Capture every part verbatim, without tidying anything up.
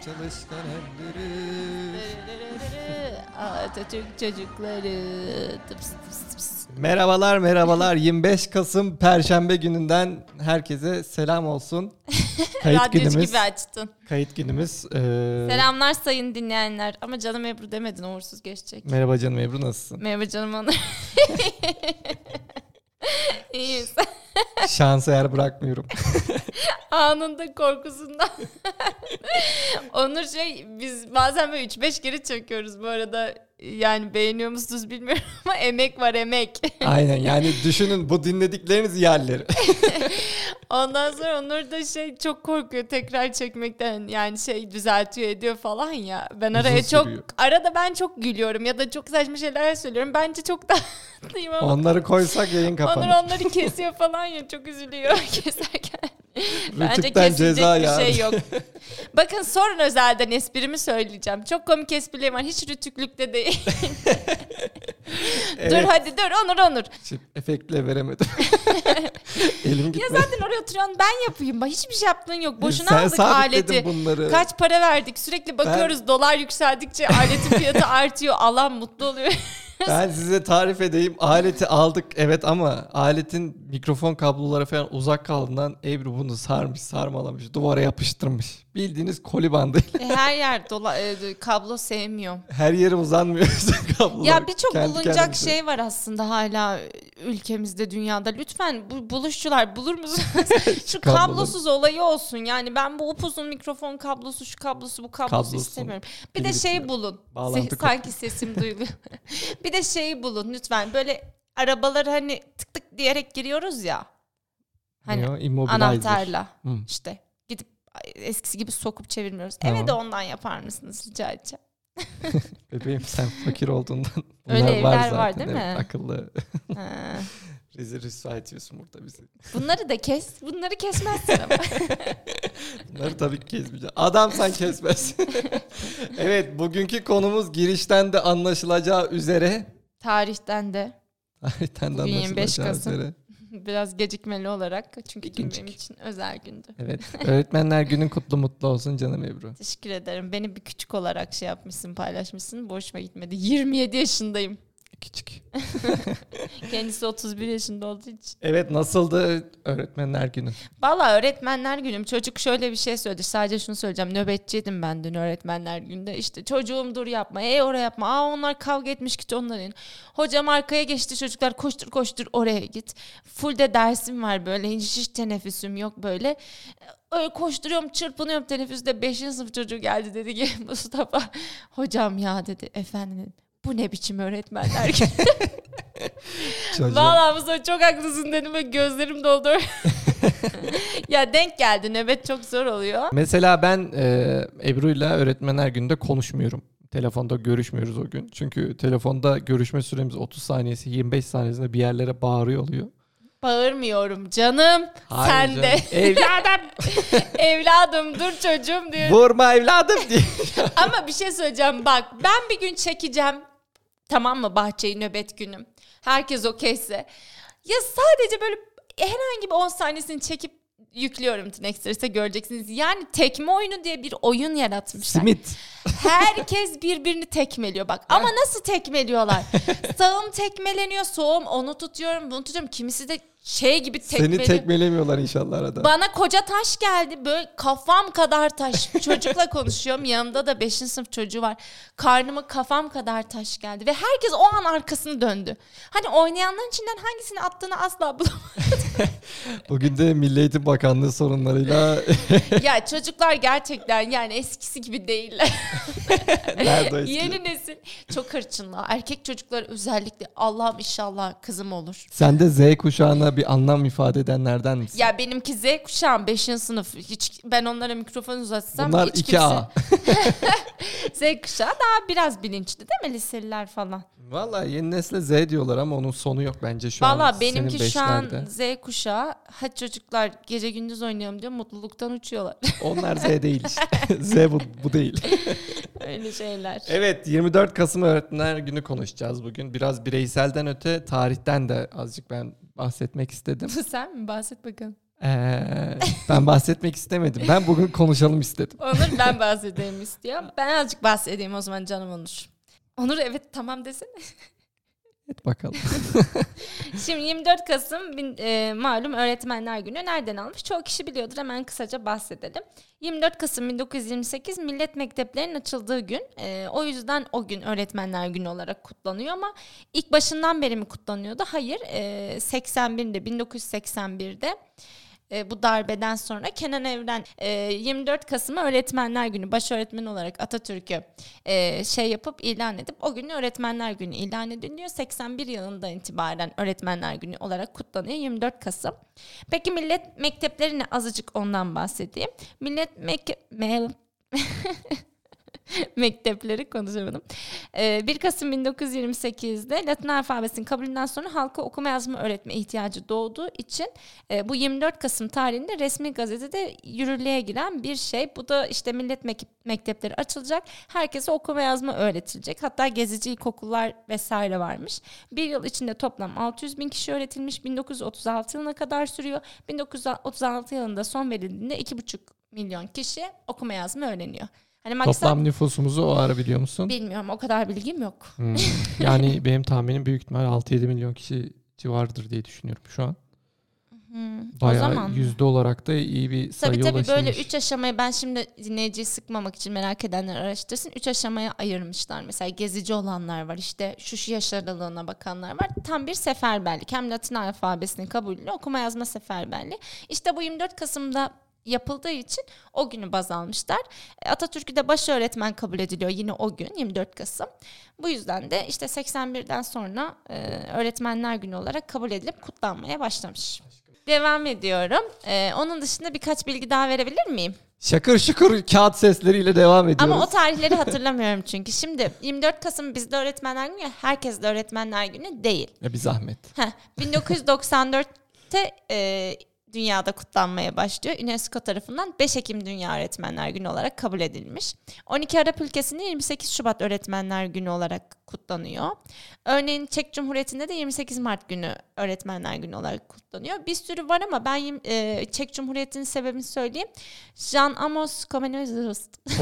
çalışkan elleri. Atatürk çocukları. Tıps tıps tıps. Merhabalar merhabalar. yirmi beş Kasım Perşembe gününden herkese selam olsun. Kayıt Radyocu günümüz. gibi açtın. Kayıt günümüz. Ee... Selamlar sayın dinleyenler. Ama canım Ebru demedin, uğursuz geçecek. Merhaba canım Ebru, nasılsın? Merhaba canım Onur. İyiyiz. Şansa yer bırakmıyorum. Anında korkusundan. Onur şey, biz bazen böyle üç beş kere çekiyoruz bu arada. Yani beğeniyor musunuz bilmiyorum ama emek var, emek. Aynen, yani düşünün bu dinledikleriniz yerleri. Ondan sonra Onur da şey çok korkuyor tekrar çekmekten, yani şey düzeltiyor ediyor falan ya. Ben araya Uzun çok sürüyor. arada ben çok gülüyorum ya da çok saçma şeyler söylüyorum. Bence çok da ama Onları koysak yayın kapanır. Onur onları kesiyor falan ya, çok üzülüyor keserken. Bence Rütük'ten kesilecek ceza bir ya. şey yok. Bakın sorun, özelden esprimi söyleyeceğim. Çok komik esprilerim var. Hiç rütüklükte değil. Evet. Dur hadi dur Onur Onur. Şimdi efektle veremedim. Elim gitmedi. Ya zaten oraya oturuyorsun, ben yapayım. Bak hiçbir şey yaptığın yok. Boşuna Sen aldık sabitledin aleti. bunları. Kaç para verdik? Sürekli bakıyoruz, Ben- dolar yükseldikçe aletin fiyatı artıyor. Allah mutlu oluyor. Ben size tarif edeyim. Aleti aldık evet, ama aletin mikrofon kabloları falan uzak kaldığından Ebru bunu sarmış, sarmalamış, duvara yapıştırmış. Bildiğiniz koli bandıyla. E, her yer dola, e, kablo sevmiyorum. Her yere uzanmıyor kablolar. Ya birçok Kendi bulunacak kendimize. şey var aslında hala ülkemizde, dünyada. Lütfen bu buluşçular bulur musunuz? Şu Kabloları. kablosuz olayı olsun. Yani ben bu upuzun mikrofon kablosu, şu kablosu, bu kablosu Kablosu. istemiyorum. Bir de Bilgi şey bitmiyor. bulun. Bağlantı Se- sanki sesim duyuluyor. Bir de şeyi bulun lütfen. Böyle arabaları hani tık tık diyerek giriyoruz ya. Hani Ne o? Immobilizer. anahtarla. Hı. İşte gidip eskisi gibi sokup çevirmiyoruz. Tamam. Eve de ondan yapar mısınız rica edeceğim. Bebeğim sen fakir olduğundan bunlar Öyle var evler zaten. var değil mi? Evet, akıllı. Ha. Rezil rüsva ediyorsun burada bizi. Bunları da kes. Bunları kesmezsin ama. Bunları tabii ki kesmeyeceğim. Adam sen kesmez. Evet, bugünkü konumuz girişten de anlaşılacağı üzere. Tarihten de Tarihten de Bugün yirmi beş anlaşılacağı Kasım. üzere. biraz gecikmeli olarak. Çünkü gün İkincik. benim için özel gündü. Evet. Öğretmenler günün kutlu mutlu olsun canım Ebru. Teşekkür ederim. Beni bir küçük olarak şey yapmışsın, paylaşmışsın. Boşuma gitmedi. yirmi yedi yaşındayım. Küçük. Kendisi otuz bir yaşında olduğu için. Evet, nasıldı öğretmenler günü? Valla öğretmenler günüm. Çocuk şöyle bir şey söyledi. Sadece şunu söyleyeceğim. Nöbetçiydim ben dün öğretmenler gününde. İşte çocuğum dur yapma. Ey oraya yapma. Aa onlar kavga etmiş, git onların. Hocam arkaya geçti, çocuklar koştur koştur oraya git. Full de dersim var böyle. Hiç, hiç teneffüsüm yok böyle. Öyle koşturuyorum, çırpınıyorum teneffüste. Beşinci sınıf çocuğu geldi, dedi ki Mustafa hocam ya dedi, efendim dedim, bu ne biçim öğretmenler günü. Çocuğum. Vallahi Mustafa çok haklısın dedim ve gözlerim doldu. Ya denk geldi, nöbet çok zor oluyor. Mesela ben e, Ebru'yla öğretmenler gününde konuşmuyorum. Telefonda görüşmüyoruz o gün. Çünkü telefonda görüşme süremiz otuz saniyesi, yirmi beş saniyesinde bir yerlere bağırıyor oluyor. Bağırmıyorum canım. Hayır Sen canım. de. Evladım. Evladım dur çocuğum diyor. Vurma evladım diye. Ama bir şey söyleyeceğim bak, ben bir gün çekeceğim, tamam mı, bahçeyi nöbet günüm. Herkes okeyse. Ya sadece böyle herhangi bir on saniyesini çekip yüklüyorum Tinexter'e, göreceksiniz. Yani tekme oyunu diye bir oyun yaratmışlar. Simit. Herkes birbirini tekmeliyor bak. Ama nasıl tekmeliyorlar? Sağım tekmeleniyor, solum, onu tutuyorum, bunu tutuyorum. Kimisi de şey gibi tekmeliyor. Seni tekmelemiyorlar inşallah arada. Bana koca taş geldi, böyle kafam kadar taş. Çocukla konuşuyorum, yanımda da beşinci sınıf çocuğu var. Karnıma kafam kadar taş geldi ve herkes o an arkasını döndü. Hani oynayanların içinden hangisini attığını asla bulamadım. Bugün de Milli Eğitim Bakanlığı sorunlarıyla Ya çocuklar gerçekten yani eskisi gibi değiller. nerede o eski? Yeni nesil çok hırçınlar. Erkek çocuklar özellikle, Allah'ım inşallah kızım olur. Sen de Z kuşağına bir anlam ifade edenlerden misin? Ya benimki Z kuşağım, beşinci sınıf. Hiç, ben onlara mikrofon uzatsam Bunlar hiç iki A. kimse... Z kuşağı daha biraz bilinçli değil mi, liseliler falan? Valla yeni nesle Z diyorlar ama onun sonu yok bence şu an. Valla benimki senin şu an beşlerde. Z kuşağı. Hadi çocuklar gece gündüz oynayalım diyor, mutluluktan uçuyorlar. Onlar Z değil işte. Z bu, bu değil. Öyle şeyler. Evet, yirmi dört Kasım Öğretmenler Günü konuşacağız bugün. Biraz bireyselden öte tarihten de azıcık ben bahsetmek istedim. Sen mi? Bahset bakalım. Ee, ben bahsetmek istemedim. Ben bugün konuşalım istedim. Onur ben bahsedeyim istiyor. Ben azıcık bahsedeyim o zaman canım Onur. Onur evet tamam desene. Evet bakalım. Şimdi yirmi dört Kasım bin, e, malum Öğretmenler Günü nereden almış? Çoğu kişi biliyordur, hemen kısaca bahsedelim. yirmi dört Kasım bin dokuz yüz yirmi sekiz millet mekteplerinin açıldığı gün. E, o yüzden o gün Öğretmenler Günü olarak kutlanıyor ama ilk başından beri mi kutlanıyordu? Hayır. E, seksen birde bin dokuz yüz seksen birde E, bu darbeden sonra Kenan Evren e, yirmi dört Kasım'ı Öğretmenler Günü, baş öğretmen olarak Atatürk'ü e, şey yapıp ilan edip o günü Öğretmenler Günü ilan ediliyor. seksen bir yılından itibaren Öğretmenler Günü olarak kutlanıyor yirmi dört Kasım. Peki millet mektepleri ne? Azıcık ondan bahsedeyim. Millet mek me mektepleri konuşamadım. Ee, bir Kasım bin dokuz yüz yirmi sekizde Latin alfabesinin kabulünden sonra halka okuma yazma öğretme ihtiyacı doğduğu için e, bu yirmi dört Kasım tarihinde resmi gazetede yürürlüğe giren bir şey. Bu da işte millet mek- mektepleri açılacak. Herkese okuma yazma öğretilecek. Hatta gezici ilkokullar vesaire varmış. Bir yıl içinde toplam altı yüz bin kişi öğretilmiş. bin dokuz yüz otuz altı yılına kadar sürüyor. bin dokuz yüz otuz altı yılında son verildiğinde iki buçuk milyon kişi okuma yazma öğreniyor. Hani maksat, toplam nüfusumuzu o ara biliyor musun? bilmiyorum, o kadar bilgim yok. Hmm. Yani benim tahminim büyük ihtimal altı yedi milyon kişi civarıdır diye düşünüyorum şu an. Hmm. Bayağı o zaman yüzde olarak da iyi bir sayı tabii tabii ulaşılmış. böyle üç aşamaya, ben şimdi dinleyiciyi sıkmamak için merak edenler araştırsın. Üç aşamaya ayırmışlar. Mesela gezici olanlar var, işte şu şu yaş aralığına bakanlar var. Tam bir seferberlik. Hem Latin alfabesinin kabulünü, okuma yazma seferberliği. İşte bu yirmi dört Kasım'da yapıldığı için o günü baz almışlar. Atatürk'ü de baş öğretmen kabul ediliyor yine o gün yirmi dört Kasım. Bu yüzden de işte seksen birden sonra e, Öğretmenler Günü olarak kabul edilip kutlanmaya başlamış. Devam ediyorum. E, onun dışında birkaç bilgi daha verebilir miyim? Şakır şukur kağıt sesleriyle devam ediyoruz. Ama o tarihleri hatırlamıyorum çünkü. Şimdi yirmi dört Kasım bizde Öğretmenler Günü, herkes de Öğretmenler Günü değil. Ya bir zahmet. Heh, bin dokuz yüz doksan dörtte e, dünyada kutlanmaya başlıyor. UNESCO tarafından beş Ekim Dünya Öğretmenler Günü olarak kabul edilmiş. on iki Arap ülkesinde yirmi sekiz Şubat Öğretmenler Günü olarak kutlanıyor. Örneğin Çek Cumhuriyeti'nde de yirmi sekiz Mart günü Öğretmenler Günü olarak kutlanıyor. Bir sürü var ama ben e, Çek Cumhuriyeti'nin sebebini söyleyeyim. Jean Amos Komnenos.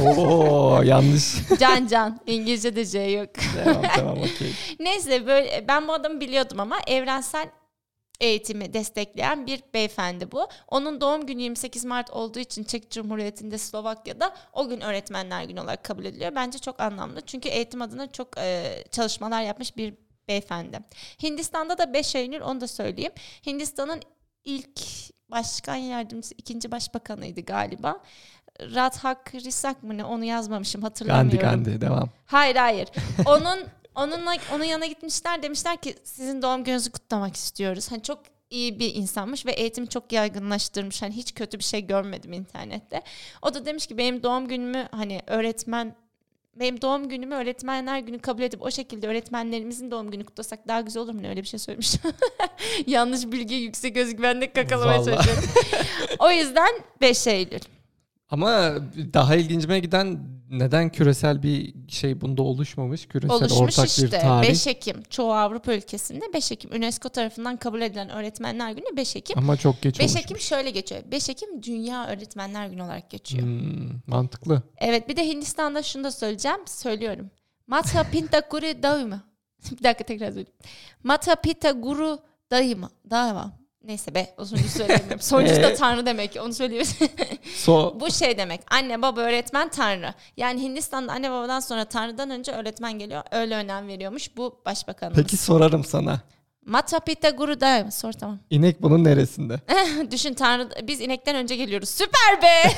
Oo yanlış. Can Can. İngilizce'de C yok. Tamam tamam okey. Neyse, böyle ben bu adamı biliyordum ama evrensel eğitimi destekleyen bir beyefendi bu. Onun doğum günü yirmi sekiz Mart olduğu için Çek Cumhuriyeti'nde, Slovakya'da o gün Öğretmenler Günü olarak kabul ediliyor. Bence çok anlamlı. Çünkü eğitim adına çok e, çalışmalar yapmış bir beyefendi. Hindistan'da da beş Eylül, onu da söyleyeyim. Hindistan'ın ilk başkan yardımcısı, ikinci başbakanıydı galiba. Radhak Risak mı ne, onu yazmamışım, hatırlamıyorum. Gandhi Gandhi devam. Hayır hayır. Onun Onunla onun yanına gitmişler, demişler ki sizin doğum gününüzü kutlamak istiyoruz. Hani çok iyi bir insanmış ve eğitimi çok yaygınlaştırmış. Hani hiç kötü bir şey görmedim internette. O da demiş ki benim doğum günümü hani öğretmen benim doğum günümü Öğretmenler Günü kabul edip o şekilde öğretmenlerimizin doğum günü kutlasak daha güzel olur mu? Öyle bir şey söylemiş. Yanlış bilgi, yüksek özgüvenle kakalamaya Vallahi. çalışıyorum. O yüzden beş Eylül. Ama daha ilgincime giden, neden küresel bir şey bunda oluşmamış? Küresel Oluşmuş ortak işte. bir tarih. beş Ekim. Çoğu Avrupa ülkesinde beş Ekim. UNESCO tarafından kabul edilen Öğretmenler Günü beş Ekim. Ama çok geç beş olmuş. Ekim şöyle geçiyor. beş Ekim Dünya Öğretmenler Günü olarak geçiyor. Hmm, mantıklı. Evet, bir de Hindistan'da şunu da söyleyeceğim. Söylüyorum. Mata Pinta Guru Dağımı. Bir dakika tekrar söyleyeyim. Mata Pinta Guru Dağımı. Dağımı. Neyse be, o sonucu söyleyemiyorum. Sonucu da Tanrı demek. Onu söyleyeyim. So Bu şey demek. Anne baba öğretmen Tanrı. Yani Hindistan'da anne babadan sonra Tanrı'dan önce öğretmen geliyor. Öyle önem veriyormuş bu başbakanımız. Peki sorarım sana. Mata Pitta Guru Dağımı. Sor tamam. İnek bunun neresinde? Düşün, Tanrı, biz inekten önce geliyoruz. Süper be.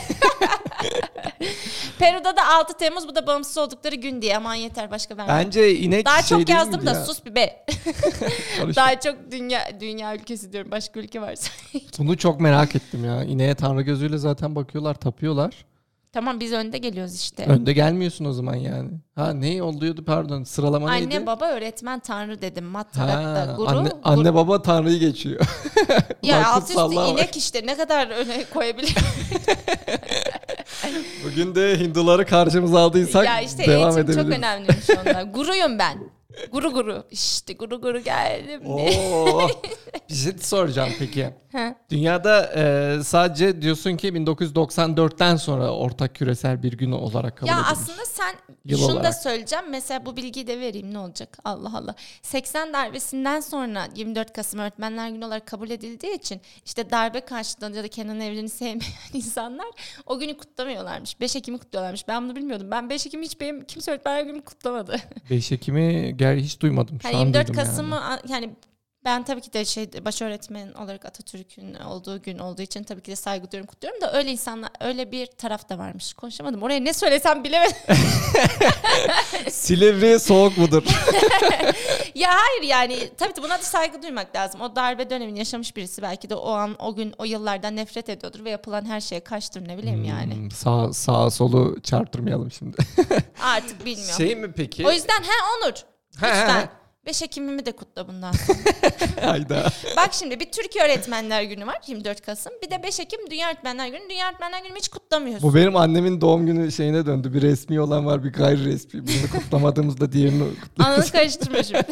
Peru'da da altı Temmuz, bu da bağımsız oldukları gün diye. Aman yeter, başka ben. Bence inek Daha şey çok değil yazdım miydi da ya? sus bir be. Daha çok dünya dünya ülkesi diyorum. Başka ülke varsa. Bunu çok merak ettim ya. İneğe tanrı gözüyle zaten bakıyorlar, tapıyorlar. Tamam, biz önde geliyoruz işte. Önde gelmiyorsun o zaman yani. Ha ne oluyordu pardon, sıralama Anne neydi? baba öğretmen Tanrı dedim. Mata Ha, Guru. anne, Guru- anne baba tanrıyı geçiyor. Ya Bak, alt üstü kutsallığa bak. inek işte, ne kadar öne koyabilir. Bugün de Hinduları karşımıza aldıysak Ya işte devam eğitim edebiliriz. çok önemliymiş onda. Guruyum ben. Guru guru. İşte guru guru geldim diye. Oo. Bir şey soracağım peki. Ha. Dünyada e, sadece diyorsun ki bin dokuz yüz doksan dörtten sonra ortak küresel bir gün olarak kabul Ya edilmiş. aslında sen Yıl şunu olarak. da söyleyeceğim. Mesela bu bilgiyi de vereyim, ne olacak? Allah Allah. seksen darbesinden sonra yirmi dört Kasım Öğretmenler Günü olarak kabul edildiği için işte darbe karşıtı ya da Kenan Evren'i sevmeyen insanlar o günü kutlamıyorlarmış. beş Ekim'i kutluyorlarmış. Ben bunu bilmiyordum. Ben beş Ekim'i hiç benim kimse Öğretmenler Günü kutlamadı. beş Ekim'i gel hiç duymadım. Şu Yani an yirmi dört duydum Kasım'ı yani. yani ben tabii ki de şey baş öğretmen olarak Atatürk'ün olduğu gün olduğu için tabii ki de saygı duyuyorum, kutluyorum da öyle insanlar, öyle bir taraf da varmış. Konuşamadım. Oraya ne söylesem bilemedim. Silivri soğuk mudur? Ya hayır, yani tabii ki buna da saygı duymak lazım. O darbe dönemini yaşamış birisi belki de o an, o gün, o yıllardan nefret ediyordur ve yapılan her şeye karşıdır, ne bileyim yani. Hmm, sağ, sağa solu çarptırmayalım şimdi. Artık bilmiyorum. Şey mi peki? O yüzden he Onur. He, he, Lütfen. he. beş Ekim'imi de kutla bundan sonra. Hayda. Bak şimdi bir Türkiye Öğretmenler Günü var yirmi dört Kasım. Bir de beş Ekim Dünya Öğretmenler Günü. Dünya Öğretmenler Günü hiç kutlamıyorsun. Bu benim annemin doğum günü şeyine döndü. Bir resmi olan var, bir gayri resmi. Bunu kutlamadığımızda diğerini Ananı kutluyoruz. karıştırma şimdi.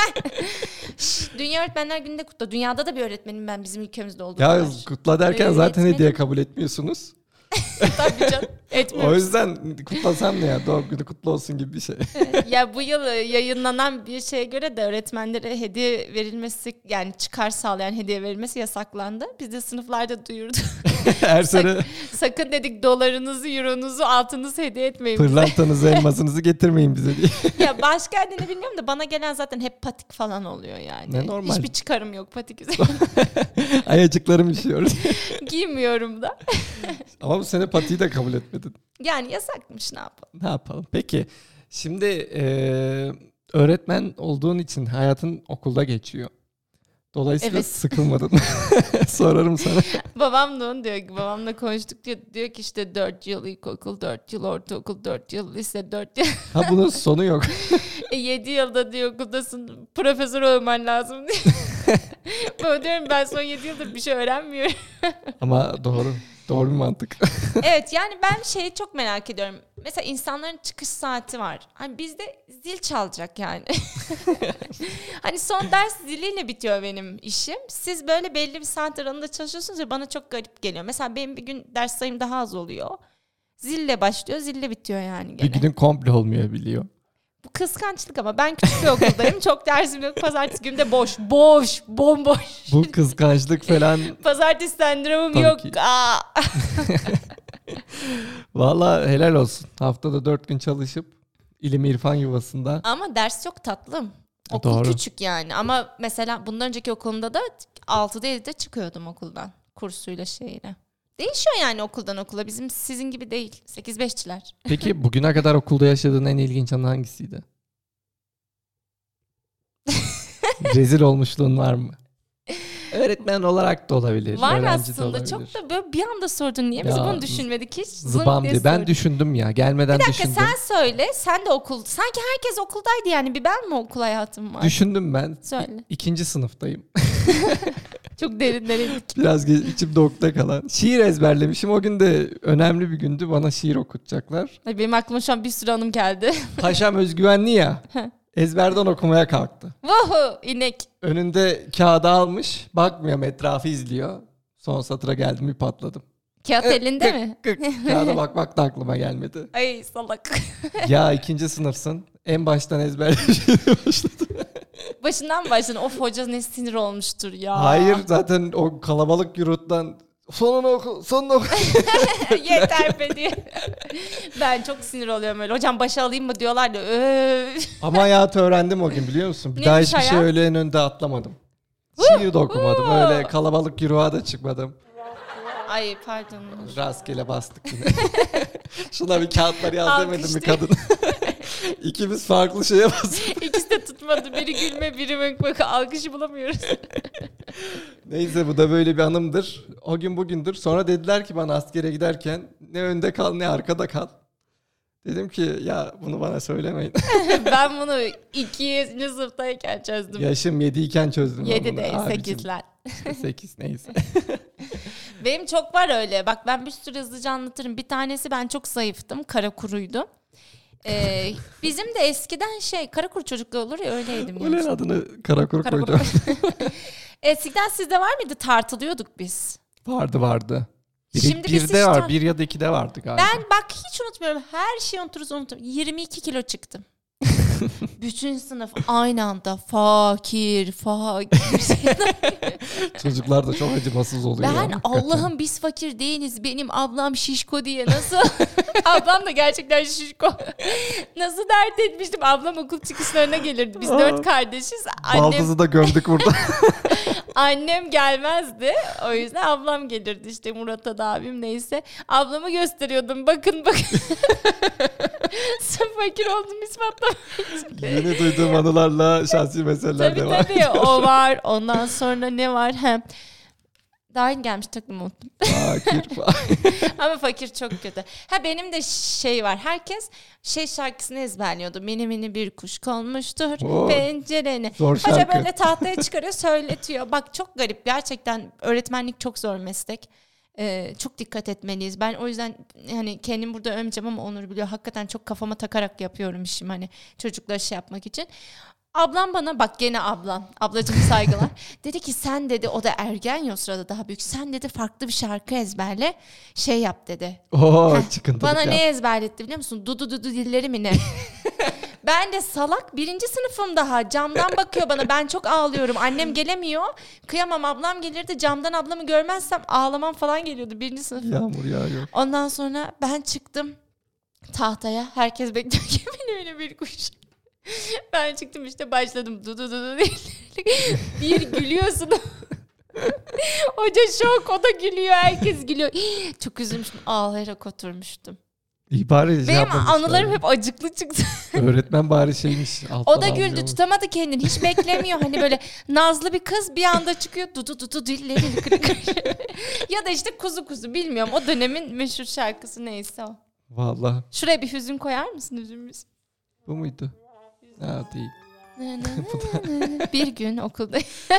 Şş, Dünya Öğretmenler Günü'nde kutla. Dünyada da bir öğretmenim ben, bizim ülkemizde olduğu Ya kadar. kutla derken Evet, zaten hediye etmedim. kabul etmiyorsunuz. Tabii canım. O Etmiyoruz. yüzden kutlasam ne ya, doğum günü kutlu olsun gibi bir şey. Ya bu yıl yayınlanan bir şeye göre de öğretmenlere hediye verilmesi, yani çıkar sağlayan hediye verilmesi yasaklandı. Biz de sınıflarda duyurduk. Her sene Sakın dedik dolarınızı, euronuzu, altınızı hediye etmeyin bize. pırlantanızı, elmasınızı getirmeyin bize diye. Ya başka adını bilmiyorum da bana gelen zaten hep patik falan oluyor yani. Ne normal. Hiçbir çıkarım yok patik üzerine. Ayacıklarım üşüyor. Giymiyorum da. Ama bu sene patiyi de kabul etmedin. Yani yasakmış, ne yapalım. Ne yapalım? Peki şimdi e, öğretmen olduğun için hayatın okulda geçiyor. Dolayısıyla Evet. sıkılmadın. Sorarım sana. Babam da onu diyor ki, babamla konuştuk diyor, diyor ki işte dört yıl ilkokul, dört yıl ortaokul, dört yıl lise, dört yıl. Ha bunun sonu yok. E, yedi yılda diyor okuldasın, profesör olman lazım diyor. Baba diyorum ben son yedi yıldır bir şey öğrenmiyorum. Ama doğru. Doğru bir mantık. Evet, yani ben şeyi çok merak ediyorum. Mesela insanların çıkış saati var. Hani bizde zil çalacak yani. Hani son ders ziliyle bitiyor benim işim. Siz böyle belli bir saat aralığında çalışıyorsunuz ya, bana çok garip geliyor. Mesela benim bir gün ders sayım daha az oluyor. Zille başlıyor, zille bitiyor yani gene. Bir günün komple olmuyor biliyor. Bu kıskançlık ama ben küçük bir okuldayım. Çok dersim yok. Pazartesi günü de boş. Boş. Bomboş. Bu kıskançlık falan. Pazartesi sendromum Tabii yok. ki. Aa. Vallahi helal olsun. Haftada dört gün çalışıp ilim irfan yuvasında. Ama ders yok tatlım. Okul Doğru. küçük yani. Ama mesela bundan önceki okulumda da altıda yedide çıkıyordum okuldan. Kursuyla şeyle. Değişiyor yani okuldan okula. Bizim sizin gibi değil. sekiz beşçiler. Peki bugüne kadar okulda yaşadığın en ilginç anı hangisiydi? Rezil olmuşluğun var mı? Öğretmen olarak da olabilir. Var öğrenci de aslında. olabilir. Çok da böyle bir anda sordun. Niye biz Ya, bunu düşünmedik hiç? Zınk Zıbam diye diye. Ben sordun. düşündüm ya. Gelmeden Bir dakika düşündüm. sen söyle. Sen de okul. Sanki herkes okuldaydı yani. Bir ben mi okul hayatım var? Düşündüm ben. Söyle. İkinci sınıftayım. Çok derinlere indik. Biraz ge- içimde ukde kalan. Şiir ezberlemişim. O gün de önemli bir gündü. Bana şiir okutacaklar. Ay, benim aklıma şu an bir sürü anım geldi. Paşam özgüvenli ya. Ezberden okumaya kalktı. Vuhu inek. Önünde kağıdı almış. Bakmıyorum, etrafı izliyor. Son satıra geldim, bir patladım. Kağıt elinde Kık, mi? kık. Kağıda bakmak da aklıma gelmedi. Ay salak. Ya ikinci sınıfsın. En baştan ezberlemeye başladım. Başından başladın. Of, hoca ne sinir olmuştur ya. Hayır, zaten o kalabalık yurttan sonunu oku, sonunu oku. Yeter be diye. Ben çok sinir oluyorum öyle. Hocam başa alayım mı diyorlar da. Öf. Ama hayatı öğrendim o gün, biliyor musun? Bir Neymiş daha hiçbir şey hayat? öyle en önde atlamadım. Şiir de okumadım. Öyle kalabalık yürüğa da çıkmadım. Ay pardon. Rastgele bastık yine. Şuna bir kağıtları yaz demedim mi Alkışlayın. kadın? İkimiz farklı şeye bastık. İkisi de tutmadı. Biri gülme, biri bak bak, alkışı bulamıyoruz. Neyse, bu da böyle bir anımdır. O gün bugündür. Sonra dediler ki bana askere giderken ne önde kal ne arkada kal. Dedim ki ya bunu bana söylemeyin. Ben bunu ikinci sınıftayken çözdüm. Yaşım yedi iken çözdüm. ben Yedi bunu. değil, Abicim, sekizler. sekiz neyse. Benim çok var öyle. Bak ben bir sürü hızlıca anlatırım. Bir tanesi, ben çok zayıftım. Kara kuruydum. Ee, bizim de eskiden şey Karakuru çocukluğu olur ya, öyleydim. Ulan yani. adını Karakuru Karakuru. koyacağım. Eskiden sizde var mıydı? Tartılıyorduk biz. Vardı vardı. Bir, Şimdi biz birde hiç var. tar- Bir ya da ikide vardı galiba. Ben bak hiç unutmuyorum. Her şeyi unuturuz unuturum. yirmi iki kilo çıktım. Bütün sınıf aynı anda fakir fakir. Çocuklar da çok acımasız oluyor. Ben ya, Allah'ım biz fakir değiliz. Benim ablam şişko diye nasıl? Ablam da gerçekten şişko. Nasıl dert etmiştim. Ablam okul çıkışlarına gelirdi. Biz dört kardeşiz. Annem, Baldızı da gömdük burada. annem gelmezdi. O yüzden ablam gelirdi işte, Murat'a da abim neyse. Ablamı gösteriyordum. Bakın bakın. Sen fakir oldun ispatlamak. Yeni duyduğum anılarla şahsi meseleler Tabii de var. tabii o var. Ondan sonra ne var? Hem daha yeni gelmiş takımı unuttum. Fakir fakir. Ama fakir çok kötü. Ha benim de şey var. Herkes şey şarkısını ezberliyordu. Mini mini bir kuş konmuştur Oo, pencereni. zor Hoca şarkı. böyle tahtaya çıkarıyor, söyletiyor. Bak çok garip. Gerçekten öğretmenlik çok zor meslek. Ee, çok dikkat etmeliyiz. Ben o yüzden hani kendim burada övmeyeceğim ama Onur biliyor. Hakikaten çok kafama takarak yapıyorum işimi, hani çocuklara şey yapmak için. Ablam bana, bak gene ablam, ablacığım saygılar. Dedi ki sen dedi, o da ergen ya o sırada, daha büyük. Sen dedi farklı bir şarkı ezberle, şey yap dedi. Oo, Heh, çıkıntılık bana ya. ne ezberletti biliyor musun? Dudu dudu dilleri mi ne? Ben de salak, birinci sınıfım daha, camdan bakıyor bana, ben çok ağlıyorum, annem gelemiyor, kıyamam, ablam gelirdi, camdan ablamı görmezsem ağlamam falan geliyordu birinci sınıf. Yağmur yağıyor. Ondan sonra ben çıktım tahtaya, herkes bekliyor ki beni öyle bir kuş. Ben çıktım işte, başladım dudu dudu diye. Bir gülüyorsun. Hoca şok, o da gülüyor, herkes gülüyor. Çok üzülmüştüm, ağlayarak oturmuştum. İyi bari şey Benim yapmamışlar anılarım ya. hep acıklı çıktı. Öğretmen bari şeymiş. O da güldü, tutamadı kendini, hiç beklemiyor. Hani böyle nazlı bir kız bir anda çıkıyor, dudu dudu dilleri kırık kırık. Ya da işte kuzu kuzu, bilmiyorum, o dönemin meşhur şarkısı neyse o. Vallahi. Şuraya bir hüzün koyar mısın, hüzünümüz? Bu muydu? Ha değil. Bir gün okulda.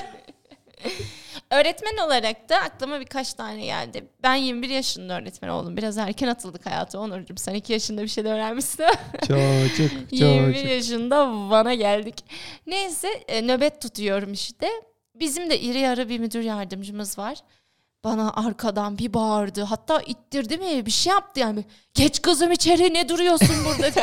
Öğretmen olarak da aklıma birkaç tane geldi. Ben yirmi bir yaşında öğretmen oldum. Biraz erken atıldık hayata Onurcuğum. Sen iki yaşında bir şey de öğrenmişsin. Çocuk, yirmi bir çocuk. yaşında Van'a geldik. Neyse e, nöbet tutuyorum işte. Bizim de iri yarı bir müdür yardımcımız var. Bana arkadan bir bağırdı. Hatta ittirdi mi, bir şey yaptı yani. Geç kızım içeri, ne duruyorsun burada?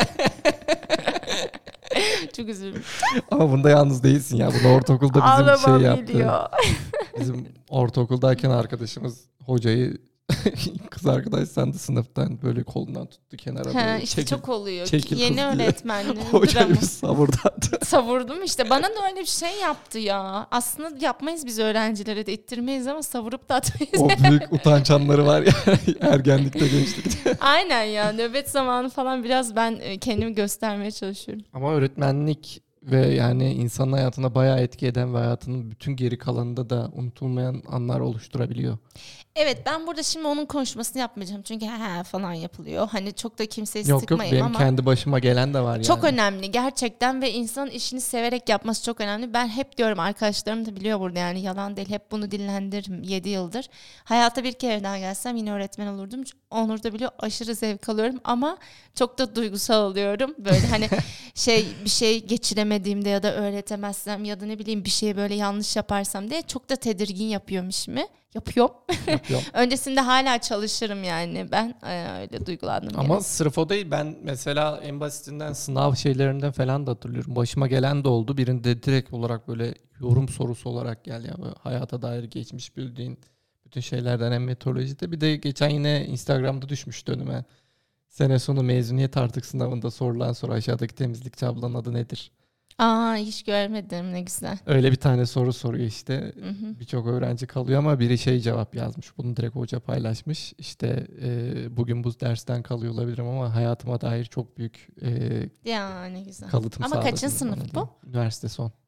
Çok üzüldüm. Ama bunda yalnız değilsin ya. Bunu ortaokulda bizim Ağlamam şey yaptı. geliyor. Bizim ortaokuldayken arkadaşımız hocayı kız arkadaş sandı, sınıftan böyle kolundan tuttu kenara. He, böyle işte çekil- çok oluyor. çekil Yeni kız diye. öğretmenlerin Hoca dramı. bir savurdattı. Savurdum işte. Bana da öyle bir şey yaptı ya. Aslında yapmayız biz öğrencilere de, ittirmeyiz ama savurup da atmayız. O büyük utanç anları var ya ergenlikte, gençlikte. Aynen ya, nöbet zamanı falan biraz ben e, kendimi göstermeye çalışıyorum. Ama öğretmenlik ve yani insanın hayatına bayağı etki eden ve hayatının bütün geri kalanında da unutulmayan anlar oluşturabiliyor. Evet, ben burada şimdi onun konuşmasını yapmayacağım. Çünkü he falan yapılıyor. Hani çok da kimseyi Yok yok, sıkmayayım benim ama. kendi başıma gelen de var yani. Çok önemli gerçekten ve insanın işini severek yapması çok önemli. Ben hep diyorum, arkadaşlarım da biliyor burada, yani yalan değil, hep bunu dillendiririm yedi yıldır. Hayata bir kere daha gelsem yine öğretmen olurdum. Onur da biliyor, aşırı zevk alıyorum ama çok da duygusal oluyorum. Böyle hani şey bir şey geçiremediğimde ya da öğretemezsem ya da ne bileyim bir şeyi böyle yanlış yaparsam diye çok da tedirgin yapıyorum işimi. Yapıyorum. Yapıyorum. Öncesinde hala çalışırım yani. Ben e, öyle duygulandım. Ama yani. sırf o değil. Ben mesela en basitinden sınav şeylerinden falan da hatırlıyorum. Başıma gelen de oldu. Birinde direkt olarak böyle yorum sorusu olarak geldi. Yani böyle hayata dair geçmiş bildiğin bütün şeylerden, hem meteorolojide. Bir de geçen yine Instagram'da düşmüştü önüme. Sene sonu mezuniyet artık sınavında sorulan soru, aşağıdaki temizlikçi ablanın adı nedir? Aa, hiç görmedim, ne güzel. Öyle bir tane soru soruyor işte. Hı hı. Birçok öğrenci kalıyor ama biri şey cevap yazmış. Bunu direkt hoca paylaşmış. İşte e, bugün bu dersten kalıyor olabilirim ama hayatıma dair çok büyük e, Ya ne güzel. kalıtım Ama sağladınız kaçıncı sınıf bana bu? diye. Üniversite son.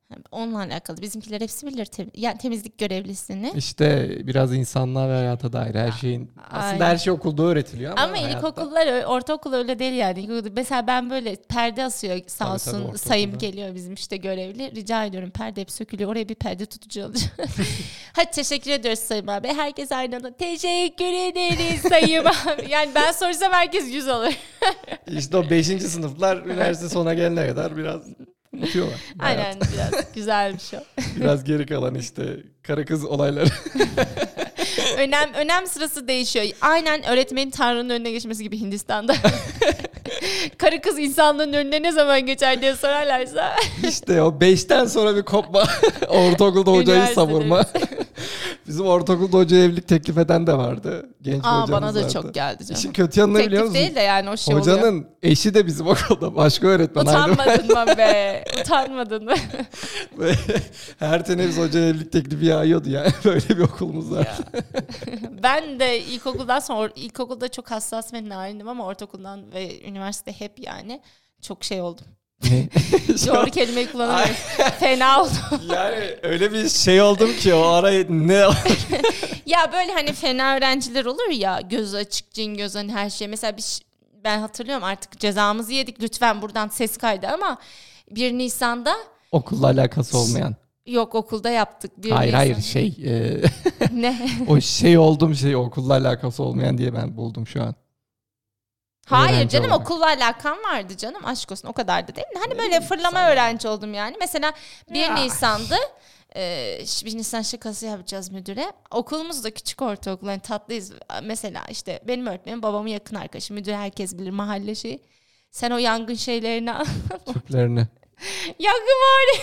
Onunla alakalı. Bizimkiler hepsi bilir tem- yani temizlik görevlisini. İşte biraz insanlığa ve hayata dair her şeyin. Aslında Aynen. her şey okulda öğretiliyor ama, Ama hayatta... ilkokullar, ö- ortaokul öyle değil yani. İlkokulda- Mesela ben böyle perde asıyor sağ Tabii, olsun tabii, ortaokulda. sayım geliyor bizim işte görevli. Rica ediyorum perde hep sökülüyor. Oraya bir perde tutucu alacağım. Hadi teşekkür ediyoruz Sayım abi. Herkes aynı anda teşekkür ederiz Sayım abi. Yani ben sorsam herkes yüz alır. İşte o beşinci sınıflar üniversite sona gelene kadar biraz unutuyorlar. Aynen biraz güzel bir şey. Biraz geri kalan işte karı kız olayları. Önem önem sırası değişiyor. Aynen öğretmenin Tanrı'nın önüne geçmesi gibi Hindistan'da. Karı kız insanlığın önüne ne zaman geçer diye sorarlarsa. İşte o beşten sonra bir kopma. Ortaokulda hocayı Üniversitede. savurma. Bizim ortaokulda hoca evlilik teklif eden de vardı. Genç bir Aa, hocamız bana da vardı. çok geldi canım. İşin kötü yanını biliyor Teklif musun? değil de yani o şey oluyor. Hocanın eşi de bizim okulda. Başka öğretmen. Utanmadın mı be? Utanmadın mı? Ve her teneffüs hoca evlilik teklifi yağıyordu yani. Böyle bir okulumuz var. Ben de ilkokuldan sonra ilkokulda çok hassas ve narindim ama ortaokuldan ve üniversite hep yani çok şey oldum. Ne? Doğru kelimeyi kullanamıyorum. Fena oldum. Yani öyle bir şey oldum ki o ara ne Ya böyle hani fena öğrenciler olur ya, gözü açık, cin göz, hani her şey. Mesela bir, ben hatırlıyorum artık cezamızı yedik, lütfen buradan ses kaydı ama bir Nisan'da okulla alakası olmayan. yok okulda yaptık. Bir Hayır Nisan. hayır şey e, Ne? o şey oldum şey okulla alakası olmayan diye ben buldum şu an. Hayır Öğrenci canım olarak. okulla alakam vardı canım, aşk olsun, o kadar da değil mi? Hani böyle fırlama öğrenci oldum yani. Mesela bir Ya. Nisan'dı. Ee, bir Nisan şakası yapacağız müdüre. Okulumuz da küçük ortaokul, yani tatlıyız. Mesela işte benim öğretmenim babamın yakın arkadaşı. Müdür herkes bilir, mahalle şeyi. Sen o yangın şeylerini al. Türklerini. Yangın var.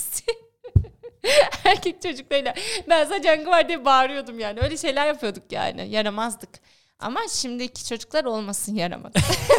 Erkek çocuklarıyla. Ben sadece yangın var diye bağırıyordum yani. Öyle şeyler yapıyorduk yani. Yaramazdık. Ama şimdiki çocuklar olmasın yaramaz.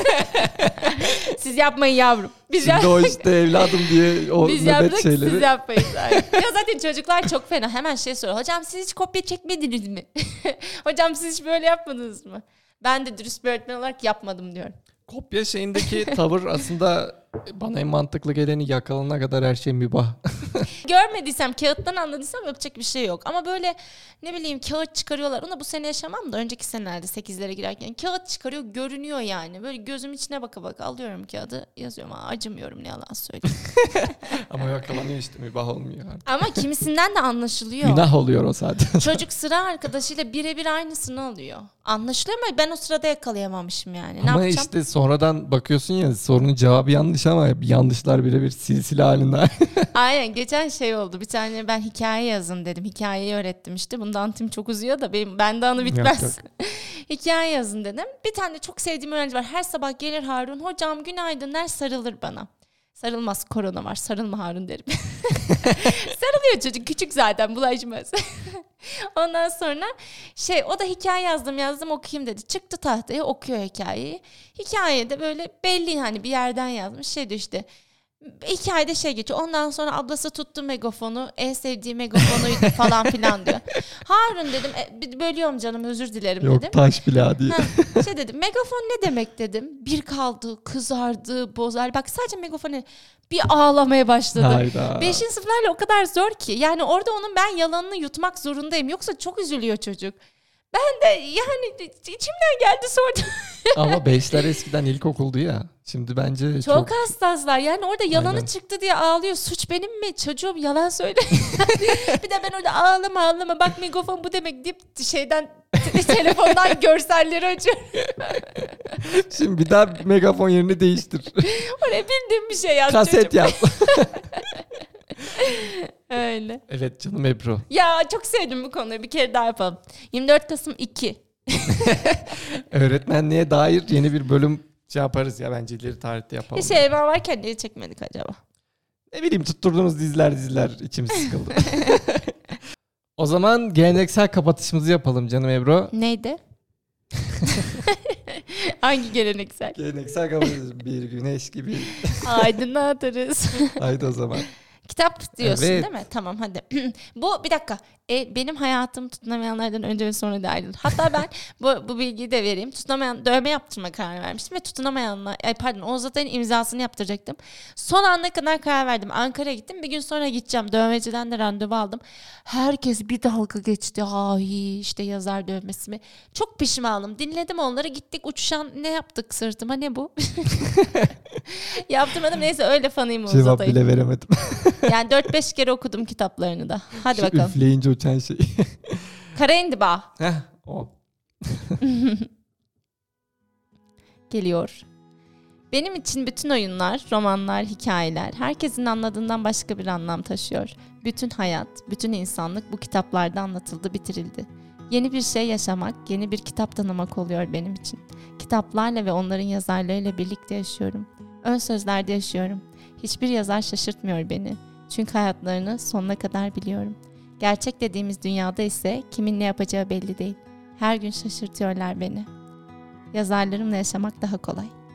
Siz yapmayın yavrum. Biz Şimdi yap- o işte evladım diye o Biz nöbet yaptık, şeyleri. siz yapmayın. Ya zaten çocuklar çok fena. Hemen şey soruyor. Hocam siz hiç kopya çekmediniz mi? Hocam siz hiç böyle yapmadınız mı? Ben de dürüst bir öğretmen olarak yapmadım diyorum. Kopya şeyindeki tavır aslında bana en mantıklı geleni yakalana kadar her şey mübah. Görmediysem, kağıttan anladıysam yapacak bir şey yok. Ama böyle ne bileyim kağıt çıkarıyorlar. Onu bu sene yaşamam da önceki senelerde sekizlere girerken kağıt çıkarıyor, görünüyor yani. Böyle gözüm içine baka baka alıyorum kağıdı, yazıyorum. Aa, acımıyorum, ne yalan söyleyeyim. Ama yakalanıyor işte mübah olmuyor artık. Ama kimisinden de anlaşılıyor. Günah oluyor o zaten. Çocuk sıra arkadaşıyla birebir aynısını alıyor. Anlaşılıyor ama ben o sırada yakalayamamışım yani. Ne Ama yapacağım? işte sonradan bakıyorsun ya sorunun cevabı yanlış ama yanlışlar birebir silsile halinde. Aynen, geçen şey oldu. Bir tane ben hikaye yazın dedim. Hikayeyi öğrettim işte. Bunda antim çok uzuyor da benim bende anı bitmez. Yok, Hikaye yazın dedim. Bir tane çok sevdiğim öğrenci var. Her sabah gelir Harun. Hocam günaydın der, sarılır bana. Sarılmaz, korona var. Sarılma Harun derim. Sarılıyor çocuk. Küçük zaten, bulaşmaz. Ondan sonra şey, o da hikaye yazdım yazdım okuyayım dedi. Çıktı tahtaya, okuyor hikayeyi. Hikayede böyle belli hani bir yerden yazmış. Şey diyor işte. Hikayede şey geçiyor. Ondan sonra ablası tuttu megafonu. En sevdiği megafonuydu falan filan diyor. Harun dedim. E, bölüyorum canım, özür dilerim Yok dedim. taş bile diye. Ha, şey dedim, megafon ne demek dedim. Bir kaldı, kızardı, bozar. Bak sadece megafon ne? Bir ağlamaya başladı. Hayda. Beşinci sınıflarla o kadar zor ki. Yani orada onun ben yalanını yutmak zorundayım. Yoksa çok üzülüyor çocuk. Ben de yani içimden geldi sordum. Ama beşler eskiden ilkokuldu ya. Şimdi bence Çok, çok... hassaslar. Yani orada yalanı Aynen. çıktı diye ağlıyor. Suç benim mi? Çocuğum yalan söyle. Bir de ben orada ağlama ağlama. Bak megafon bu demek deyip şeyden telefondan görselleri açıyorum. Şimdi bir daha megafon yerini değiştir. Oraya bildiğim bir şey yaz Kaset çocuğum. yap. Öyle. Evet canım Ebru. Ya çok sevdim bu konuyu. Bir kere daha yapalım. yirmi dört Kasım iki. Öğretmenliğe dair yeni bir bölüm şey yaparız ya, bence ileri tarihte yapalım. Hiç Eymen varken niye çekmedik acaba? Ne bileyim, tutturduğumuz diziler diziler içimiz sıkıldı. O zaman geleneksel kapatışımızı yapalım canım Ebru. Neydi? Hangi geleneksel? Geleneksel kapatışımız bir güneş gibi. Aydınlatırız. Haydi o zaman. Kitap diyorsun Evet. değil mi? Tamam hadi. Bu bir dakika. E, benim hayatım tutunamayanlardan önce ve sonra dahil. Hatta ben bu, bu bilgiyi de vereyim. Tutunamayan dövme yaptırma kararı vermiştim ve tutunamayanlar, ay pardon, Oğuz Atay'ın imzasını yaptıracaktım. Son anda kadar karar verdim. Ankara'ya gittim. Bir gün sonra gideceğim. Dövmeciden de randevu aldım. Herkes bir dalga geçti. Ay işte yazar dövmesi mi? Çok pişmanım. Dinledim onları. Gittik uçuşan ne yaptık sırtıma? Ne bu? Yaptırmadım. Neyse öyle fanıyım Oğuz Cevap Atay'ın. bile veremedim. Yani dört beş kere okudum kitaplarını da. Hadi Şu bakalım. üfleyince uçan şey. Kara indiba Heh, o. geliyor. Benim için bütün oyunlar, romanlar, hikayeler herkesin anladığından başka bir anlam taşıyor. Bütün hayat, bütün insanlık bu kitaplarda anlatıldı, bitirildi. Yeni bir şey yaşamak, yeni bir kitap tanımak oluyor benim için. Kitaplarla ve onların yazarlarıyla birlikte yaşıyorum. Ön sözlerde yaşıyorum. Hiçbir yazar şaşırtmıyor beni. Çünkü hayatlarını sonuna kadar biliyorum. Gerçek dediğimiz dünyada ise kimin ne yapacağı belli değil. Her gün şaşırtıyorlar beni. Yazarlarımla yaşamak daha kolay.